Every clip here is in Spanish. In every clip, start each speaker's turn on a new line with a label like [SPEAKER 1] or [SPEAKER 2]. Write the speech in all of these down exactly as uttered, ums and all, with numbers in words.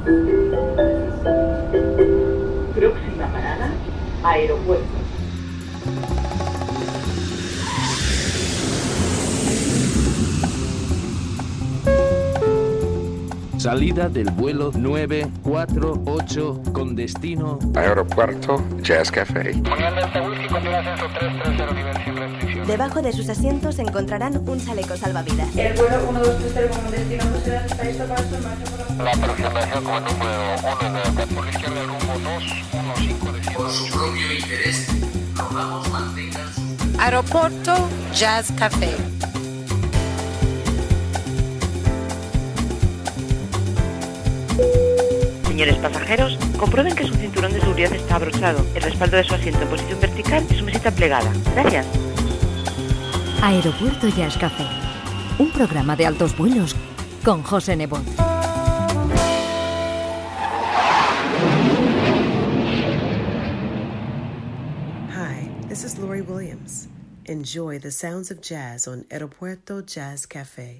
[SPEAKER 1] Próxima parada, aeropuerto.
[SPEAKER 2] Salida del vuelo nueve cuatro ocho con destino
[SPEAKER 3] Aeropuerto Jazz Café.
[SPEAKER 4] Debajo de sus asientos encontrarán un chaleco salvavidas.
[SPEAKER 5] El vuelo uno dos tres cero con destino Bruselas está listo para su marcha por la...
[SPEAKER 6] La aproximación con número uno de por la izquierda del rumbo dos uno cinco de
[SPEAKER 7] Por su propio interés, rogamos mantengan su...
[SPEAKER 8] Aeropuerto Jazz Café.
[SPEAKER 9] Señores pasajeros, comprueben que su cinturón de seguridad está abrochado, el respaldo de su asiento en posición vertical y su mesita plegada. Gracias.
[SPEAKER 10] Aeropuerto Jazz Café, un programa de altos vuelos con José Nebot.
[SPEAKER 11] Hi, this is Lori Williams. Enjoy the sounds of jazz on Aeropuerto Jazz Café.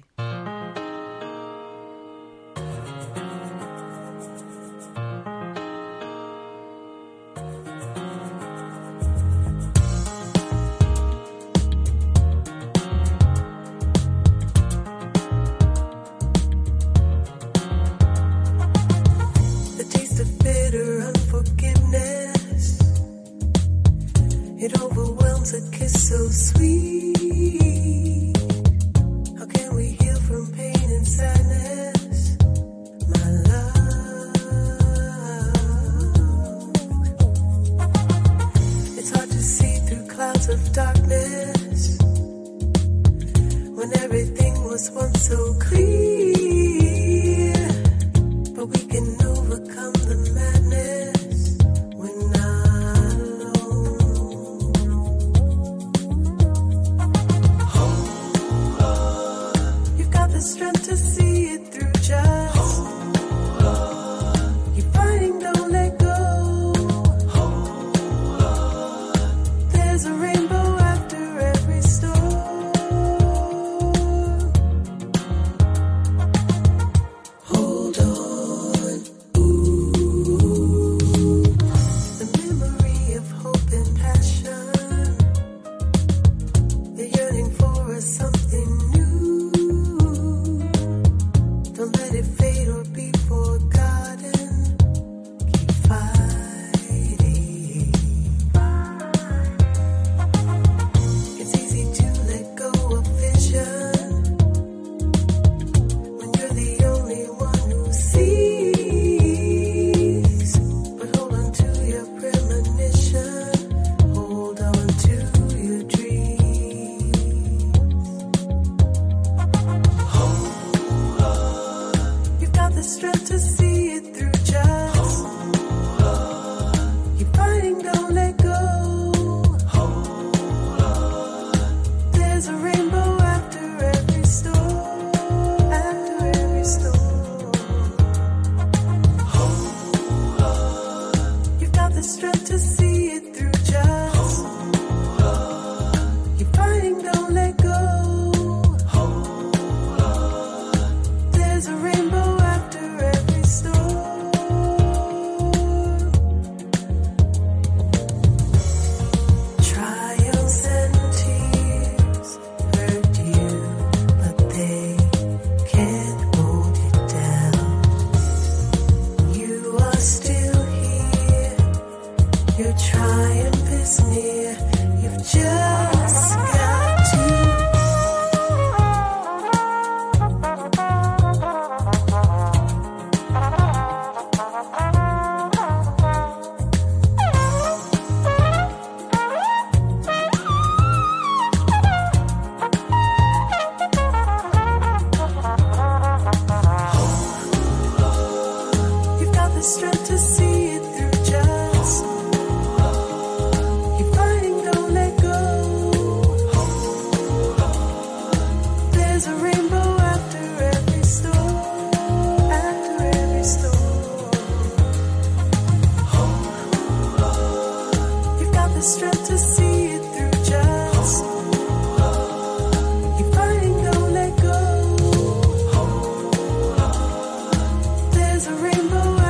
[SPEAKER 12] There's a rainbow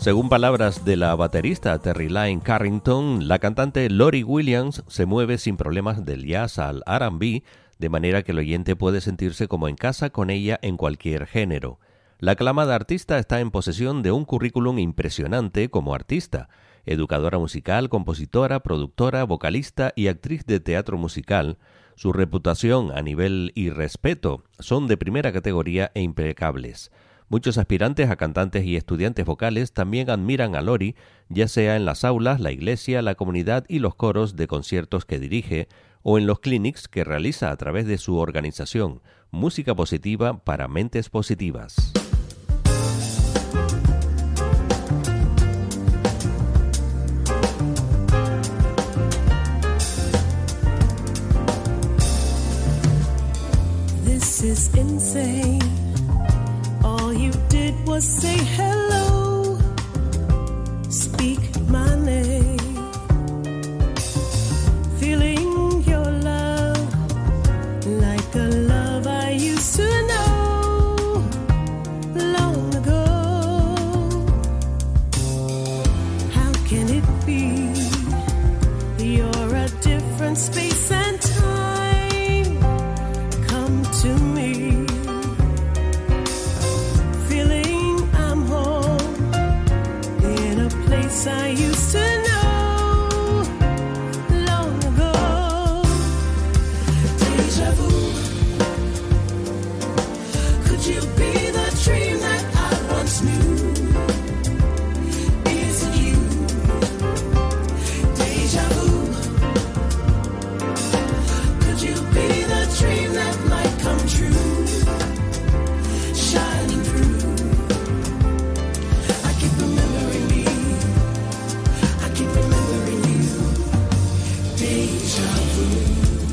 [SPEAKER 12] Según palabras de la baterista Terry Lyne Carrington, la cantante Lori Williams se mueve sin problemas del jazz al R and B, de manera que el oyente puede sentirse como en casa con ella en cualquier género. La aclamada artista está en posesión de un currículum impresionante como artista, educadora musical, compositora, productora, vocalista y actriz de teatro musical. Su reputación a nivel y respeto son de primera categoría e impecables. Muchos aspirantes a cantantes y estudiantes vocales también admiran a Lori, ya sea en las aulas, la iglesia, la comunidad y los coros de conciertos que dirige, o en los clinics que realiza a través de su organización, Música Positiva para Mentes Positivas.
[SPEAKER 13] This is insane. All you did was say hello, speak my name. Feeling your love like a love I used to know long ago. How can it be? You're a different space and time. Come to me. I used to know long ago. Deja vu. Could you be the dream that I once knew? Is it you? Deja vu. Could you be the dream that might come true? Shining through. I keep remembering me. Keep remembering you, deja vu.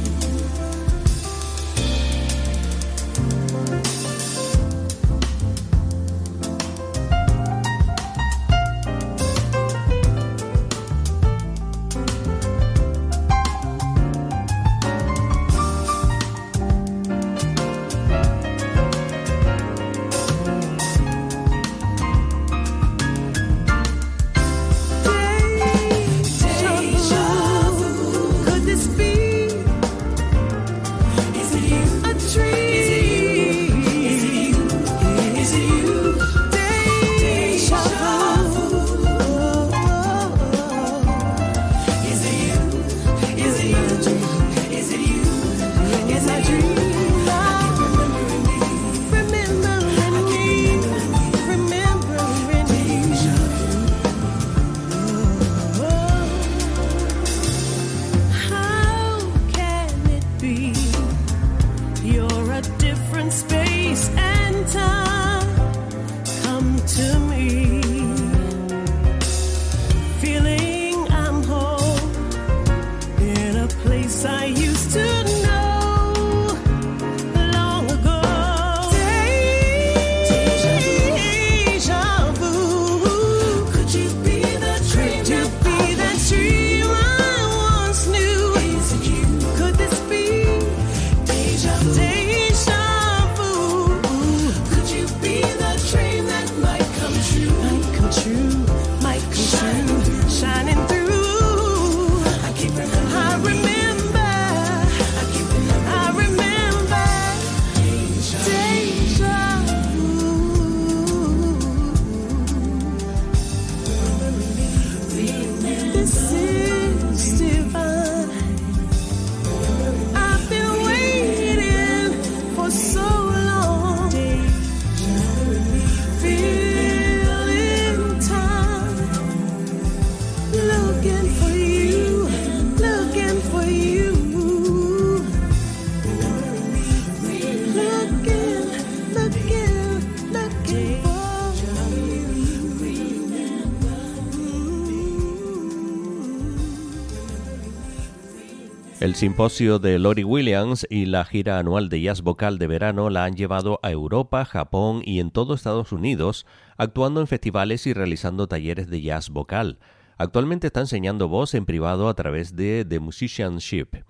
[SPEAKER 12] El simposio de Lori Williams y la gira anual de jazz vocal de verano la han llevado a Europa, Japón y en todo Estados Unidos, actuando en festivales y realizando talleres de jazz vocal. Actualmente está enseñando voz en privado a través de The Musicianship.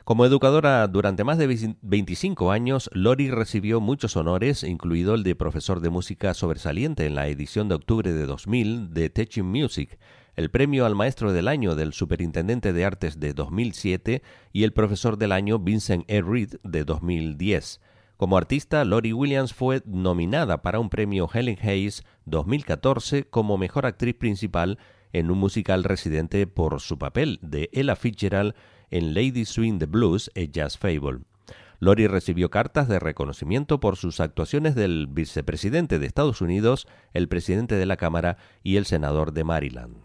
[SPEAKER 12] Como educadora durante más de veinticinco años, Lori recibió muchos honores, incluido el de profesor de música sobresaliente en la edición de octubre de dos mil de Teaching Music, el premio al maestro del año del superintendente de artes de dos mil siete y el profesor del año Vincent E. Reed de dos mil diez. Como artista, Lori Williams fue nominada para un premio Helen Hayes dos mil catorce como mejor actriz principal en un musical residente por su papel de Ella Fitzgerald en Lady Swing the Blues, a Jazz Fable. Lori recibió cartas de reconocimiento por sus actuaciones del vicepresidente de Estados Unidos, el presidente de la Cámara y el senador de Maryland.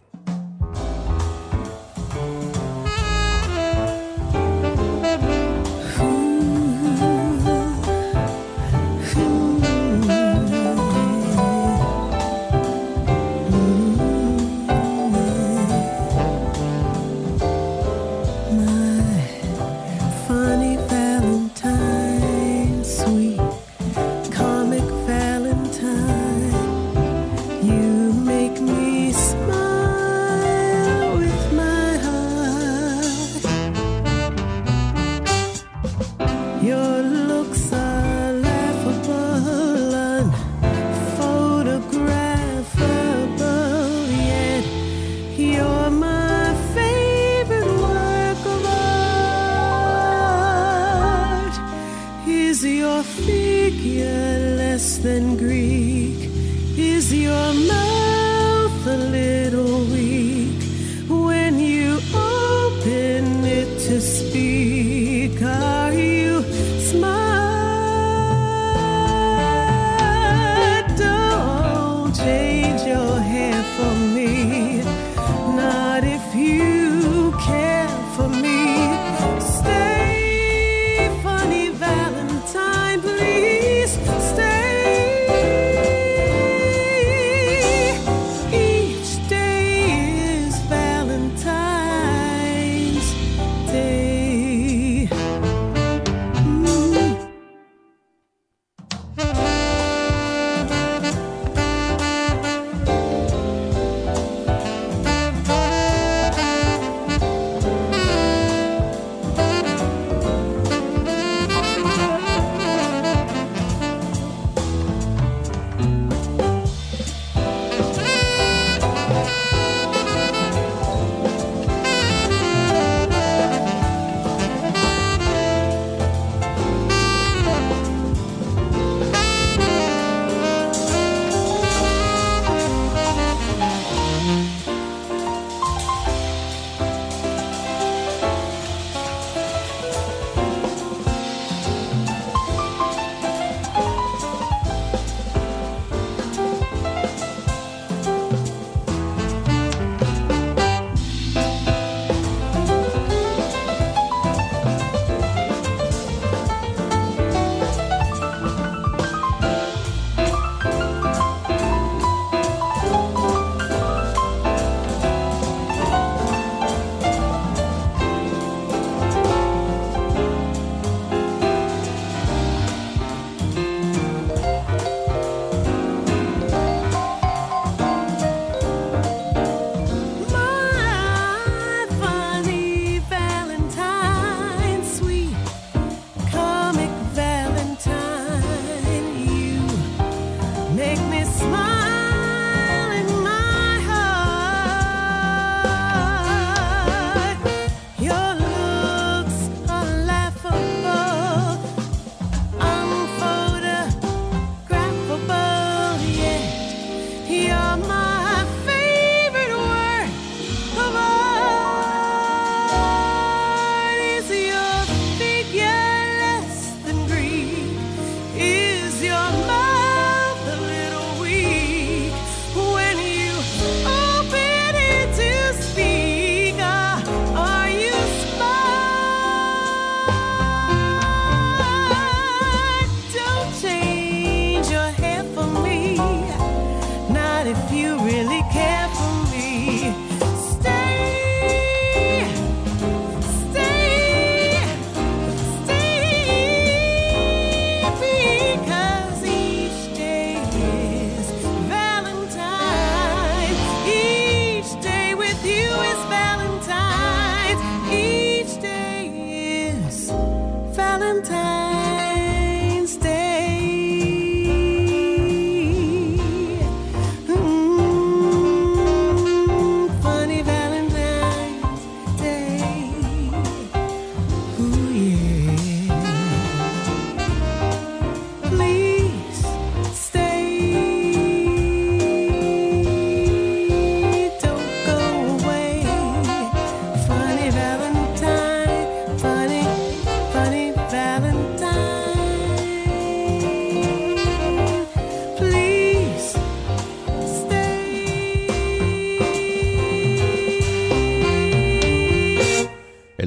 [SPEAKER 13] Than Greek? Is your mouth a little weak when you open it to speak? Are you smart? Don't change your hair for me, not if you care for me. Stay, funny Valentine, please stay.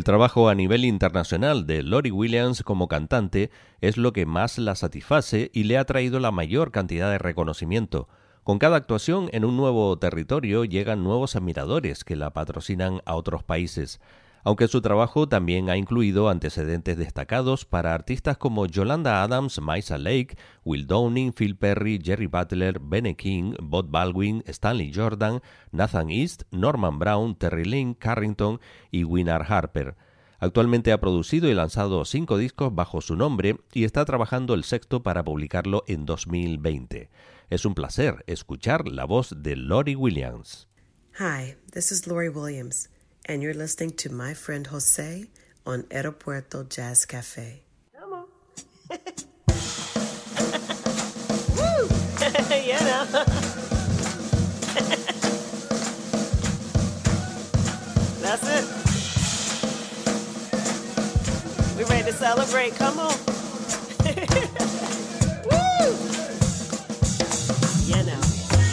[SPEAKER 12] El trabajo a nivel internacional de Lori Williams como cantante es lo que más la satisface y le ha traído la mayor cantidad de reconocimiento. Con cada actuación en un nuevo territorio llegan nuevos admiradores que la patrocinan a otros países, aunque su trabajo también ha incluido antecedentes destacados para artistas como Yolanda Adams, Maisa Lake, Will Downing, Phil Perry, Jerry Butler, Benny King, Bob Baldwin, Stanley Jordan, Nathan East, Norman Brown, Terry Lynn Carrington y Winard Harper. Actualmente ha producido y lanzado cinco discos bajo su nombre y está trabajando el sexto para publicarlo en dos mil veinte. Es un placer escuchar la voz de Lori Williams.
[SPEAKER 11] Hi, this is Lori Williams, and you're listening to my friend Jose on Aeropuerto Jazz Cafe.
[SPEAKER 14] Come on. Woo! You know. That's it. We ready to celebrate. Come on. Woo! You know.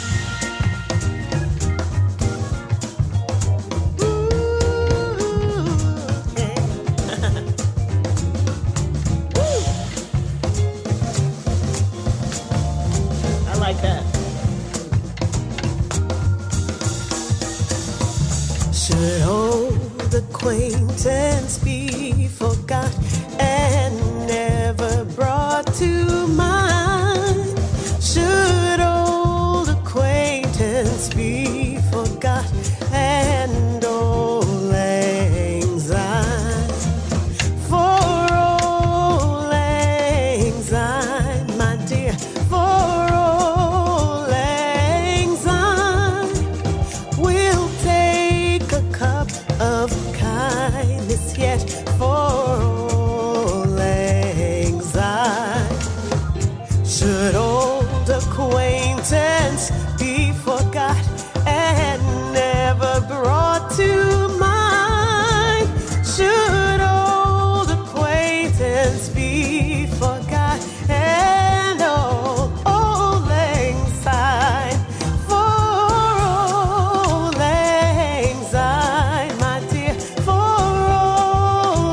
[SPEAKER 13] Should old acquaintance be forgot and never brought to mind? Should old acquaintance be forgot and old anxiety? For old anxiety, my dear, for old anxiety, we'll take a cup of kindness yet for old anxiety. Should old acquaintance be forgot and never brought to mind? Should old acquaintance be forgot and old, old anxiety? For old anxiety, my dear, for old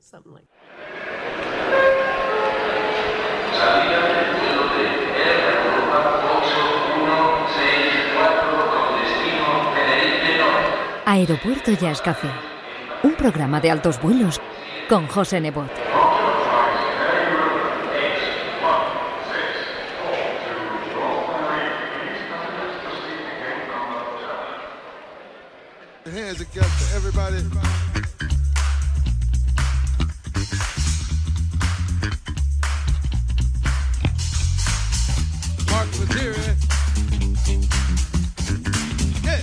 [SPEAKER 11] something like that.
[SPEAKER 7] Salida del vuelo de Air Europa ocho uno seis cuatro con destino Tenerife Norte.
[SPEAKER 10] Aeropuerto Jazz Café, un programa de altos vuelos con José Nebot.
[SPEAKER 15] Hands together, everybody. Mark Lettieri. Yeah.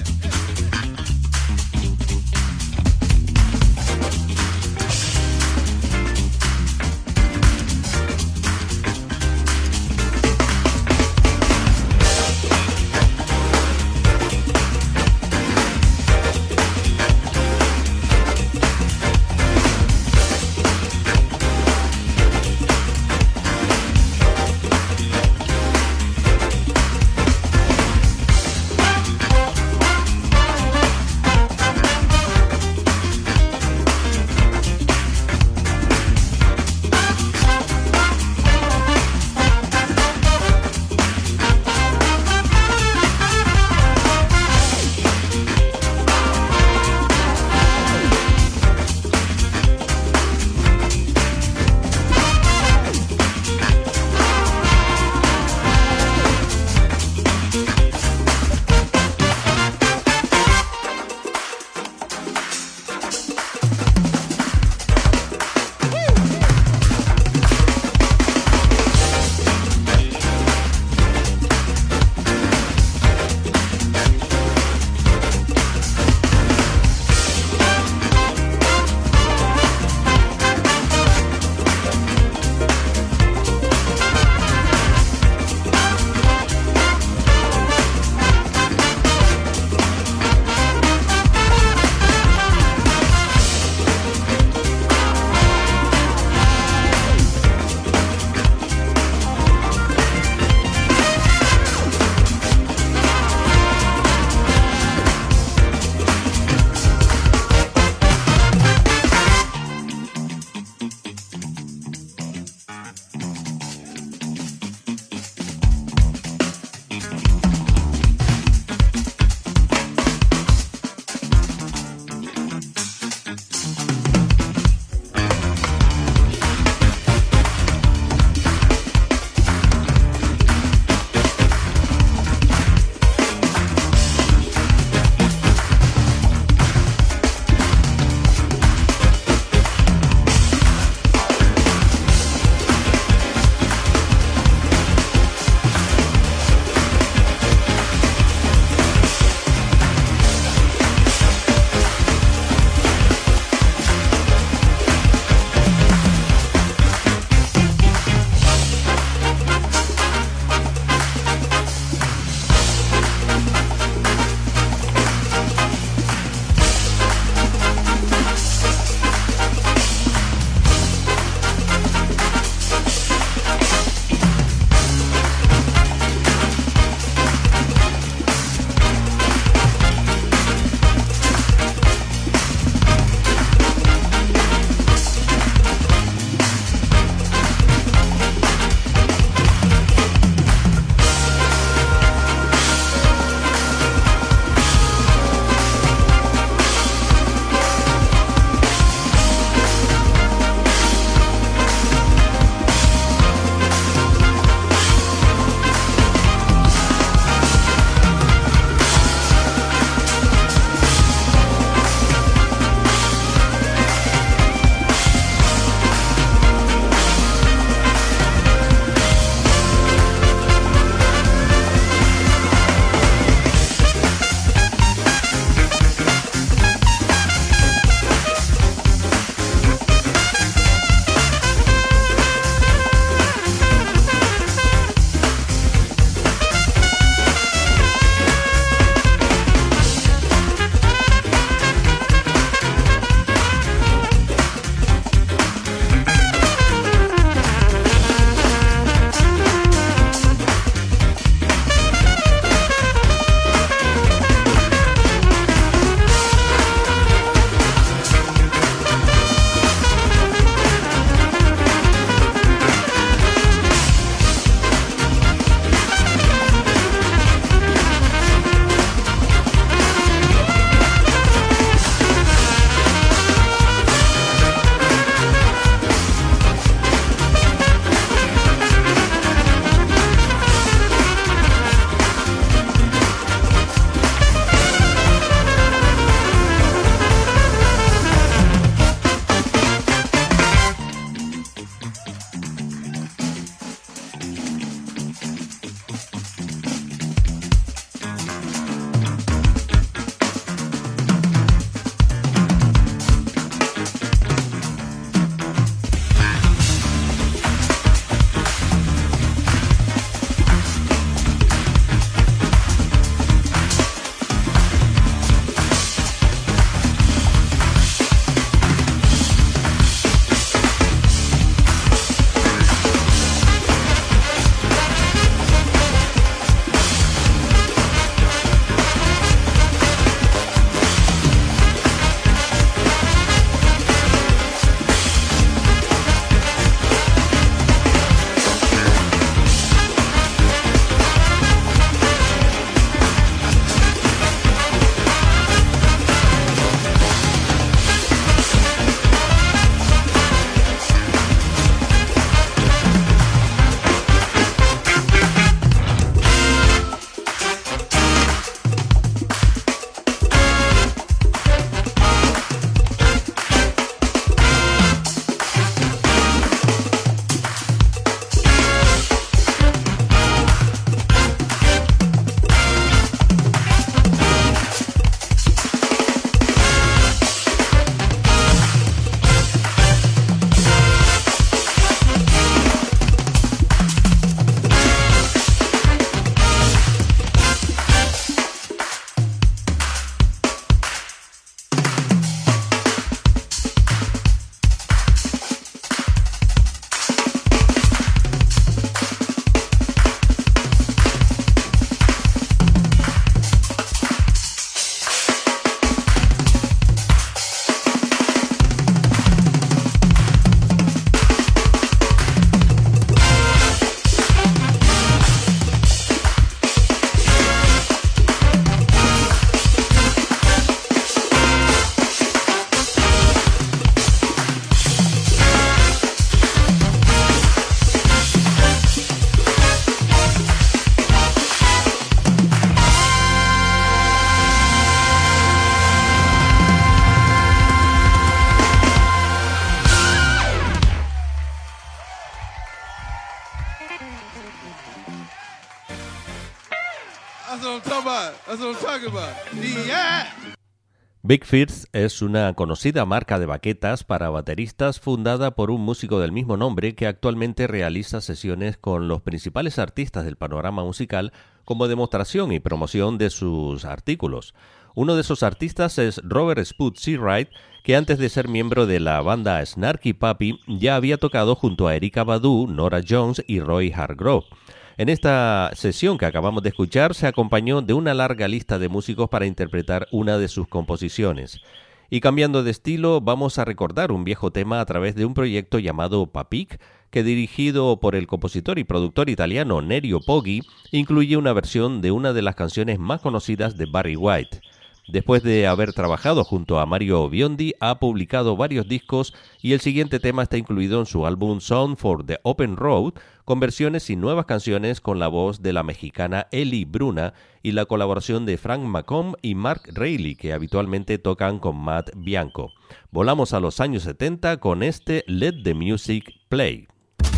[SPEAKER 15] That's what I'm talking about. Yeah.
[SPEAKER 12] Big Fizz es una conocida marca de baquetas para bateristas fundada por un músico del mismo nombre que actualmente realiza sesiones con los principales artistas del panorama musical como demostración y promoción de sus artículos. Uno de esos artistas es Robert Spud Seawright, que antes de ser miembro de la banda Snarky Puppy ya había tocado junto a Erykah Badu, Norah Jones y Roy Hargrove. En esta sesión que acabamos de escuchar se acompañó de una larga lista de músicos para interpretar una de sus composiciones. Y cambiando de estilo, vamos a recordar un viejo tema a través de un proyecto llamado Papik, que dirigido por el compositor y productor italiano Nerio Poggi, incluye una versión de una de las canciones más conocidas de Barry White. Después de haber trabajado junto a Mario Biondi, ha publicado varios discos y el siguiente tema está incluido en su álbum Song for the Open Road, con versiones y nuevas canciones con la voz de la mexicana Eli Bruna y la colaboración de Frank McComb y Mark Reilly, que habitualmente tocan con Matt Bianco. Volamos a los años setenta con este Let the Music Play.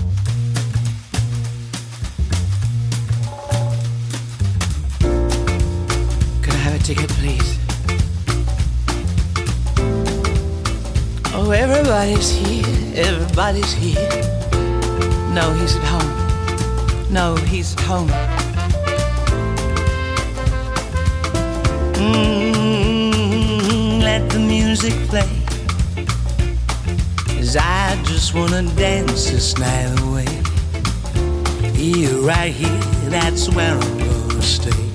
[SPEAKER 16] Could I have a ticket, please? Oh, everybody's here, everybody's here. No, he's at home. No, he's at home. Mm, let the music play, 'cause I just wanna dance this night away. Here, right here, that's where I'm gonna stay.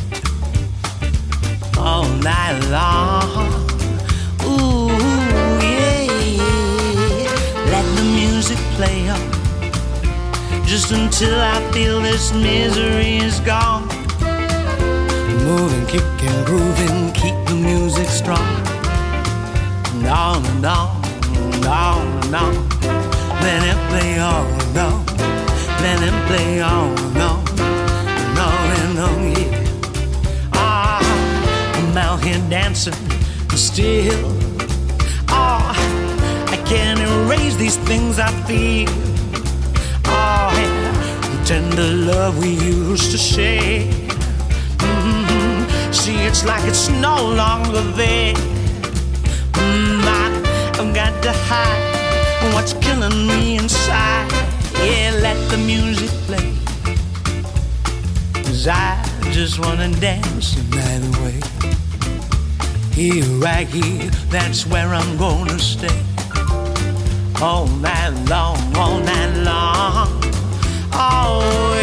[SPEAKER 16] All night long. Ooh, yeah. Let the music play on, just until I feel this misery is gone. Moving, kicking, grooving, keep the music strong. And on and on, and on and on. Let it play on and on. Let it play on and on. And on and on, yeah. Ah, I'm out here dancing still. Oh, I can't erase these things I feel. Oh, yeah, the tender love we used to share. Mm-hmm. See, it's like it's no longer there. Mm, I, I've got to hide what's killing me inside. Yeah, let the music play, 'cause I just wanna dance the night away. Here, right here, that's where I'm gonna stay. All night long, all night long. Oh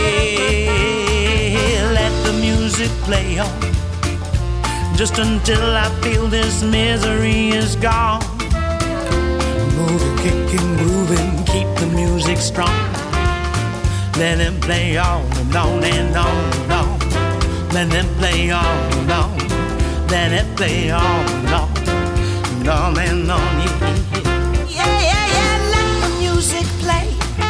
[SPEAKER 16] yeah, let the music play on, just until I feel this misery is gone. Moving, kicking, grooving, keep the music strong. Let it play on and on and on and on. Let it play on and on. Let it play on and on and on and on. Yeah, yeah, yeah, let the music play.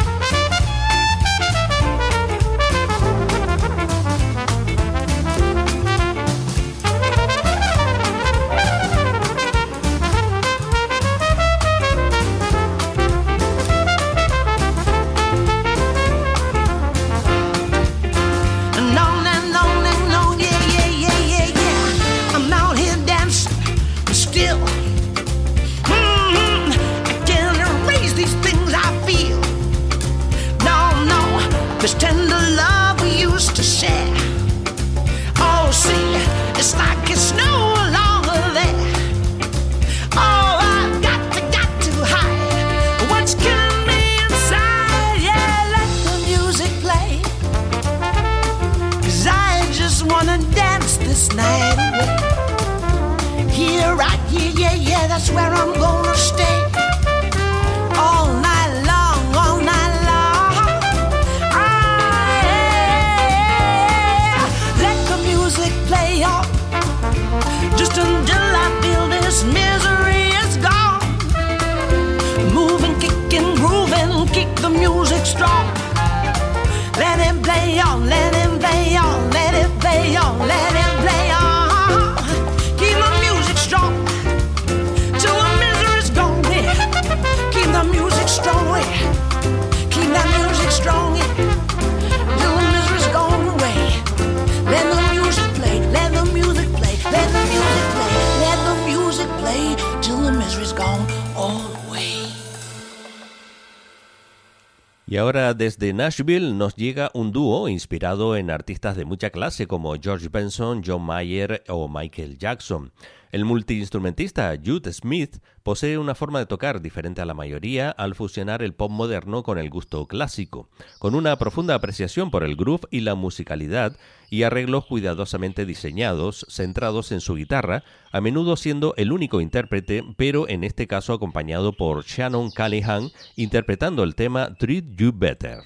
[SPEAKER 16] This tender love we used to share. Oh, see, it's like it's no longer there. Oh, I've got to, got to hide what's killing me inside. Yeah, let the music play, 'cause I just wanna dance this night away. Here, right here, yeah, yeah, that's where I'm gonna stay. All night long, all night long. Play on, just until I feel this misery is gone. Moving, kicking, grooving, keep the music strong. Let it play on, let it play on, let it play on, let it play on. Keep the music strong till the misery's gone. Yeah. Keep the music strong. Yeah. Keep that music strong. Yeah. Till the misery's gone away. Let the music play. Let gone all the way.
[SPEAKER 12] Y ahora desde Nashville nos llega un dúo inspirado en artistas de mucha clase como George Benson, John Mayer o Michael Jackson. El multiinstrumentista Jude Smith posee una forma de tocar diferente a la mayoría al fusionar el pop moderno con el gusto clásico, con una profunda apreciación por el groove y la musicalidad y arreglos cuidadosamente diseñados, centrados en su guitarra, a menudo siendo el único intérprete, pero en este caso acompañado por Shannon Callahan, interpretando el tema Treat You Better.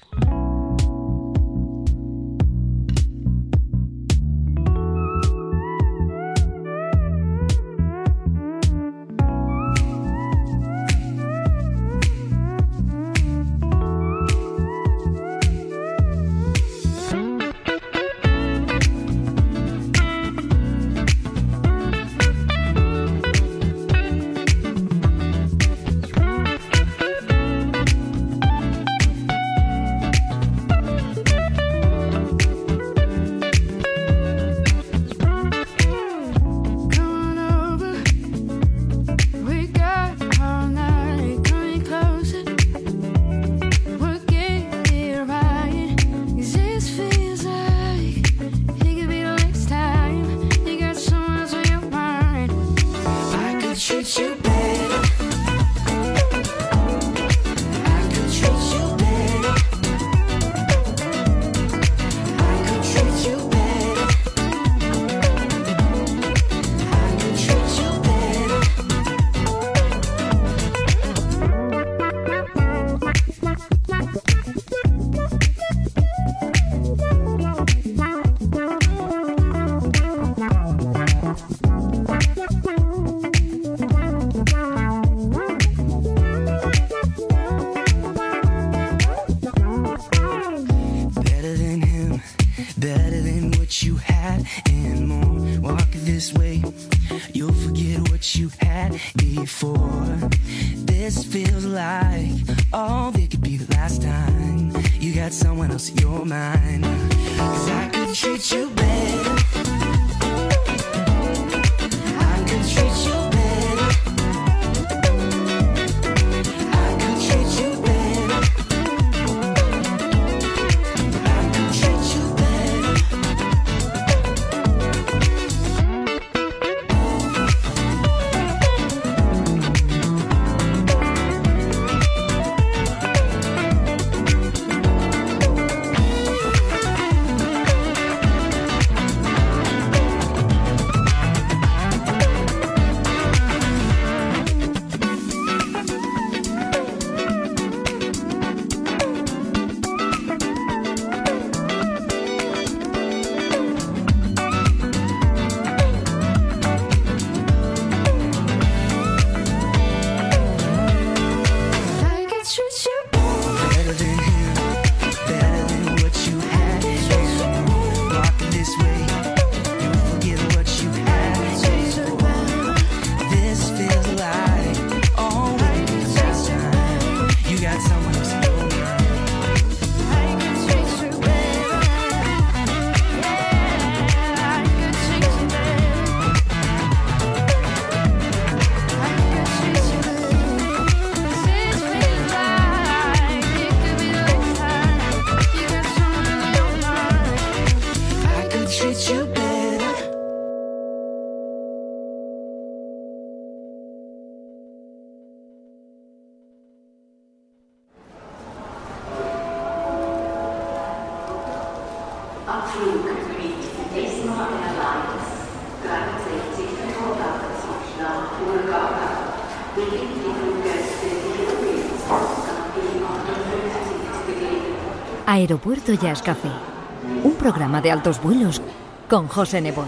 [SPEAKER 10] Aeropuerto Jazz Café, un programa de altos vuelos con José Nebot.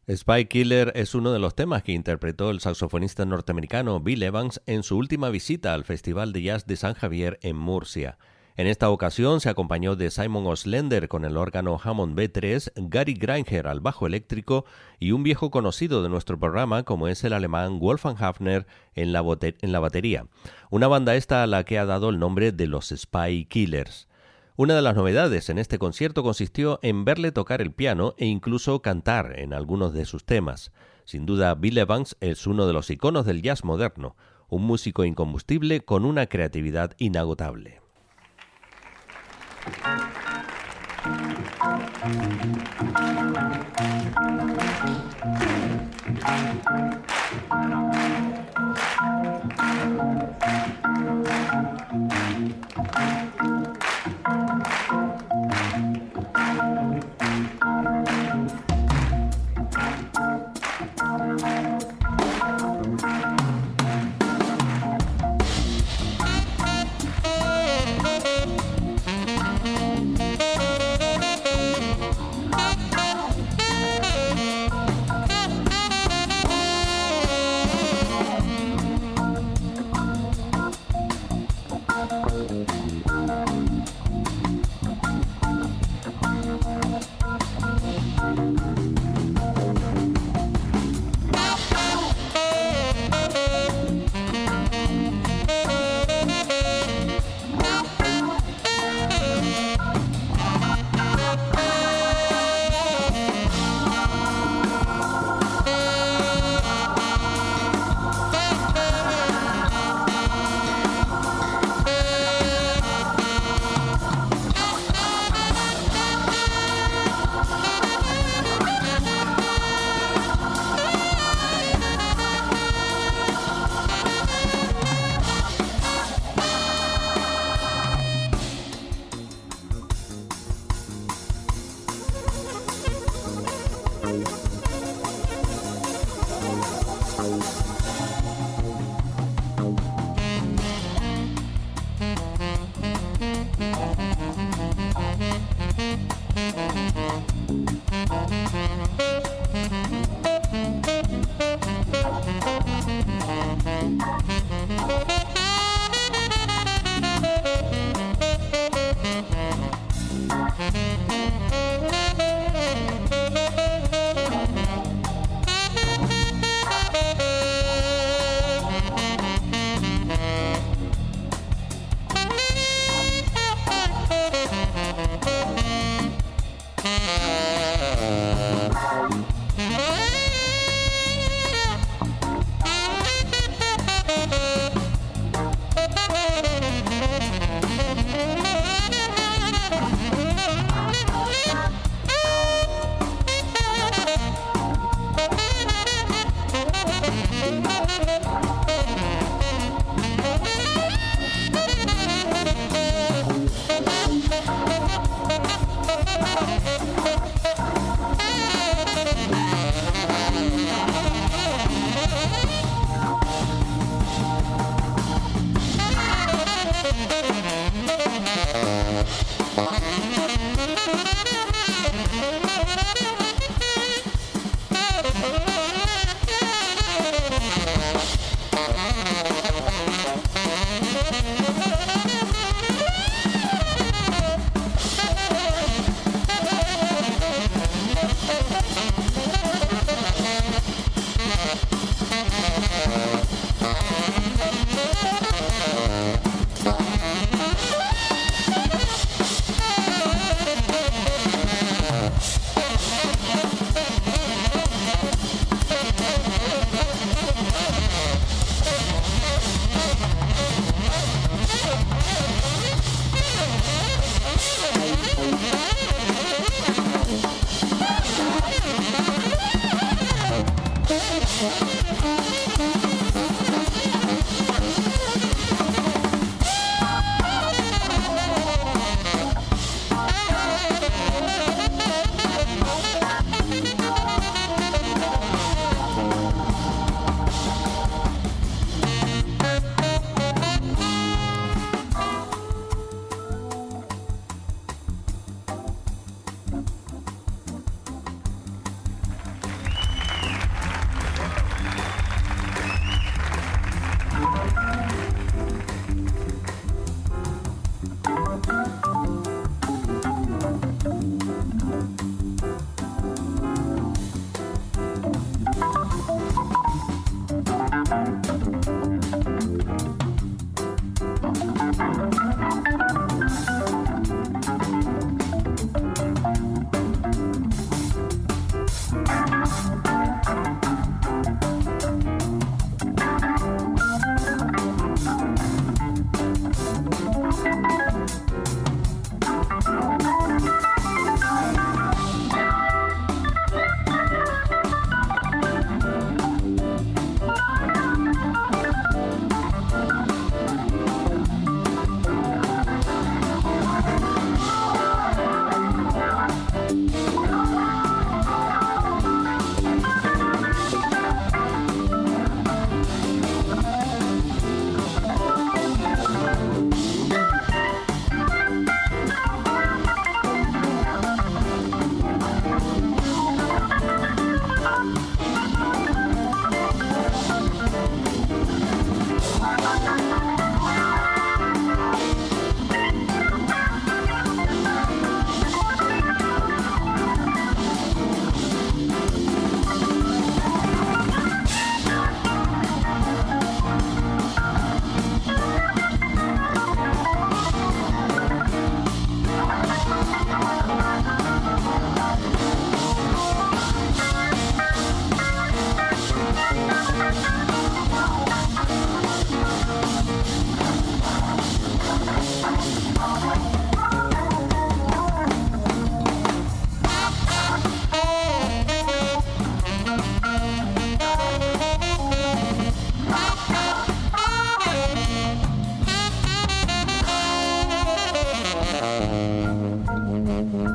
[SPEAKER 12] Spy Killer es uno de los temas que interpretó el saxofonista norteamericano Bill Evans en su última visita al Festival de Jazz de San Javier en Murcia. En esta ocasión se acompañó de Simon Oslender con el órgano Hammond B tres, Gary Granger al bajo eléctrico y un viejo conocido de nuestro programa como es el alemán Wolfgang Hafner en la, bote- en la batería. Una banda esta a la que ha dado el nombre de los Spy Killers. Una de las novedades en este concierto consistió en verle tocar el piano e incluso cantar en algunos de sus temas. Sin duda, Bill Evans es uno de los iconos del jazz moderno, un músico incombustible con una creatividad inagotable.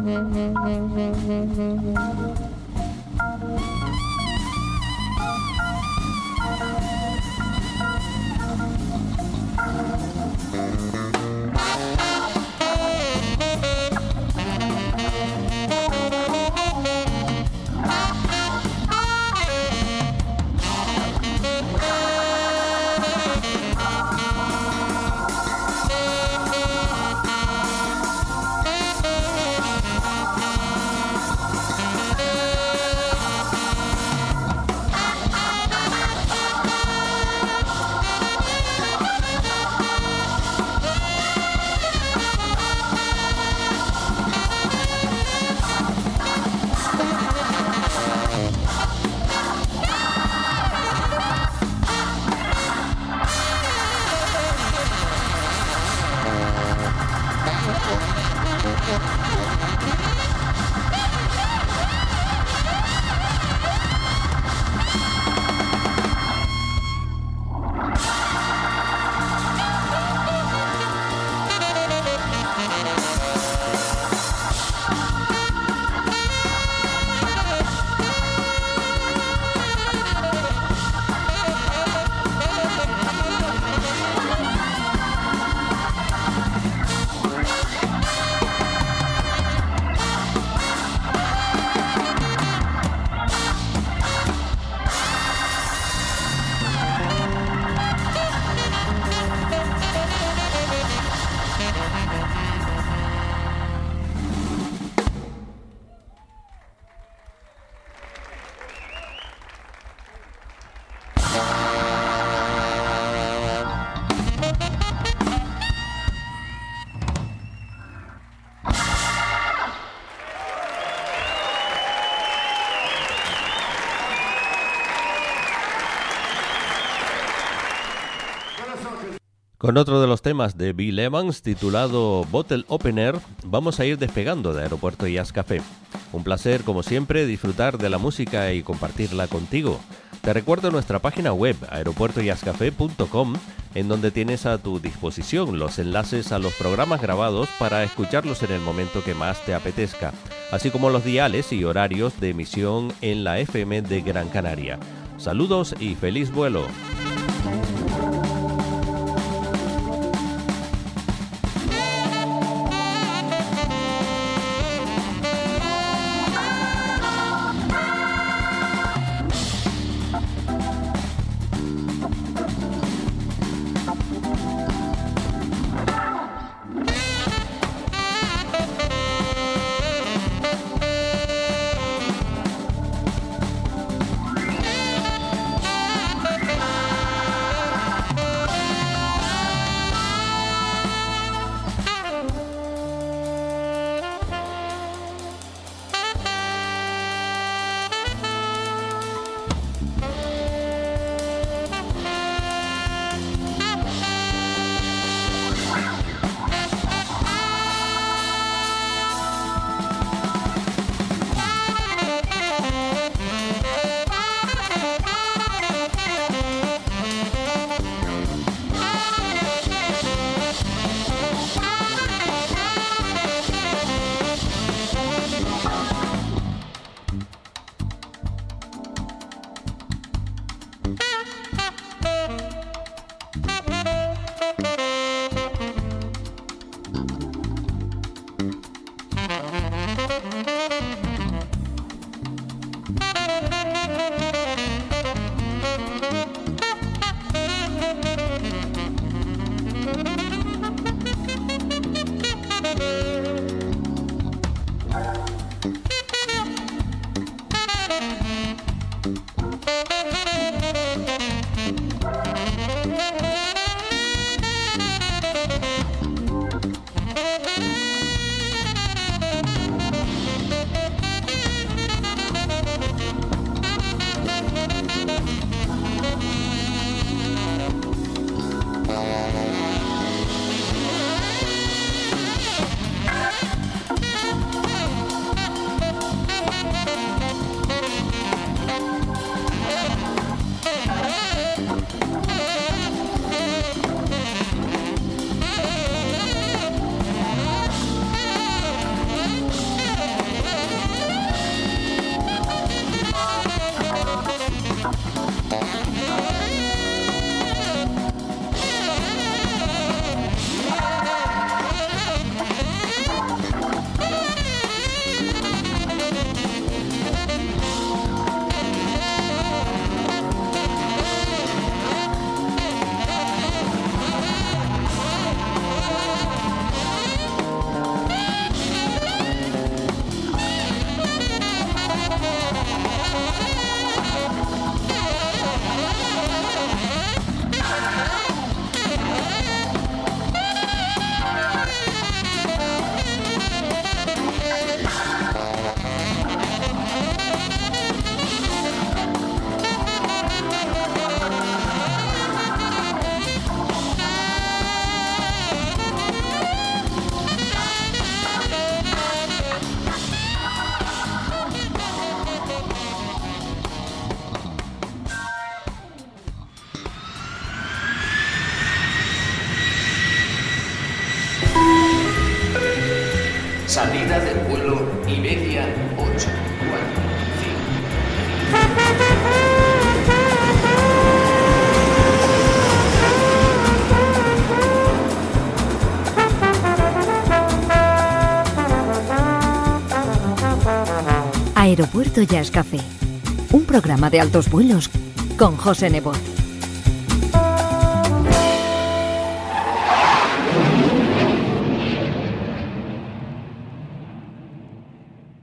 [SPEAKER 12] Con otro de los temas de Bill Evans titulado Bottle Opener, vamos a ir despegando de Aeropuerto Jazz Café. Un placer, como siempre, disfrutar de la música y compartirla contigo. Te recuerdo nuestra página web, aeropuerto jazz café punto com, en donde tienes a tu disposición los enlaces a los programas grabados para escucharlos en el momento que más te apetezca, así como los diales y horarios de emisión en la F M de Gran Canaria. Saludos y feliz vuelo.
[SPEAKER 17] ocho, cuatro, cinco.
[SPEAKER 10] Aeropuerto Jazz Café, un programa de altos vuelos con José Nebot.